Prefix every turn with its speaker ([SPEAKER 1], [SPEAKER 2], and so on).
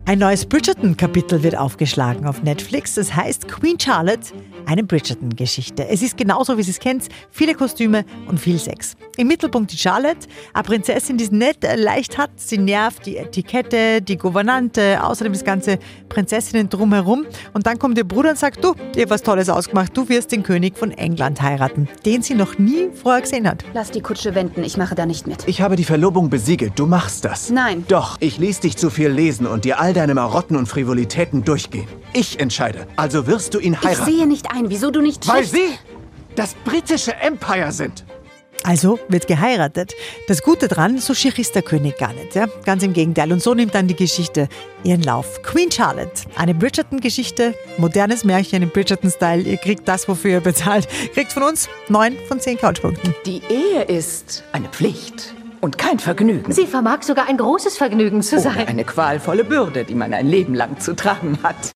[SPEAKER 1] Ein neues Bridgerton-Kapitel wird aufgeschlagen auf Netflix. Es heißt Queen Charlotte, eine Bridgerton-Geschichte. Es ist genauso, wie Sie es kennt, viele Kostüme und viel Sex. Im Mittelpunkt die Charlotte, eine Prinzessin, die es nicht leicht hat. Sie nervt die Etikette, die Gouvernante, außerdem das ganze Prinzessinnen drumherum. Und dann kommt ihr Bruder und sagt, du, ihr habt was Tolles ausgemacht, du wirst den König von England heiraten, den sie noch nie vorher gesehen hat.
[SPEAKER 2] Lass die Kutsche wenden, ich mache da nicht mit.
[SPEAKER 3] Ich habe die Verlobung besiegelt, du machst das.
[SPEAKER 2] Nein.
[SPEAKER 3] Doch, ich ließ dich zu viel lesen und dir all deine Marotten und Frivolitäten durchgehen. Ich entscheide, also wirst du ihn heiraten.
[SPEAKER 2] Ich sehe nicht ein, wieso du nicht
[SPEAKER 3] Weil
[SPEAKER 2] schickst.
[SPEAKER 3] sie das britische Empire sind.
[SPEAKER 1] Also wird geheiratet. Das Gute dran, so schier ist der König gar nicht. Ja? Ganz im Gegenteil. Und so nimmt dann die Geschichte ihren Lauf. Queen Charlotte, eine Bridgerton-Geschichte, modernes Märchen im Bridgerton-Style. Ihr kriegt das, wofür ihr bezahlt. Kriegt von uns 9 von 10 Couchpunkten.
[SPEAKER 4] Die Ehe ist eine Pflicht und kein Vergnügen.
[SPEAKER 5] Sie vermag sogar ein großes Vergnügen zu sein.
[SPEAKER 4] Oder eine qualvolle Bürde, die man ein Leben lang zu tragen hat.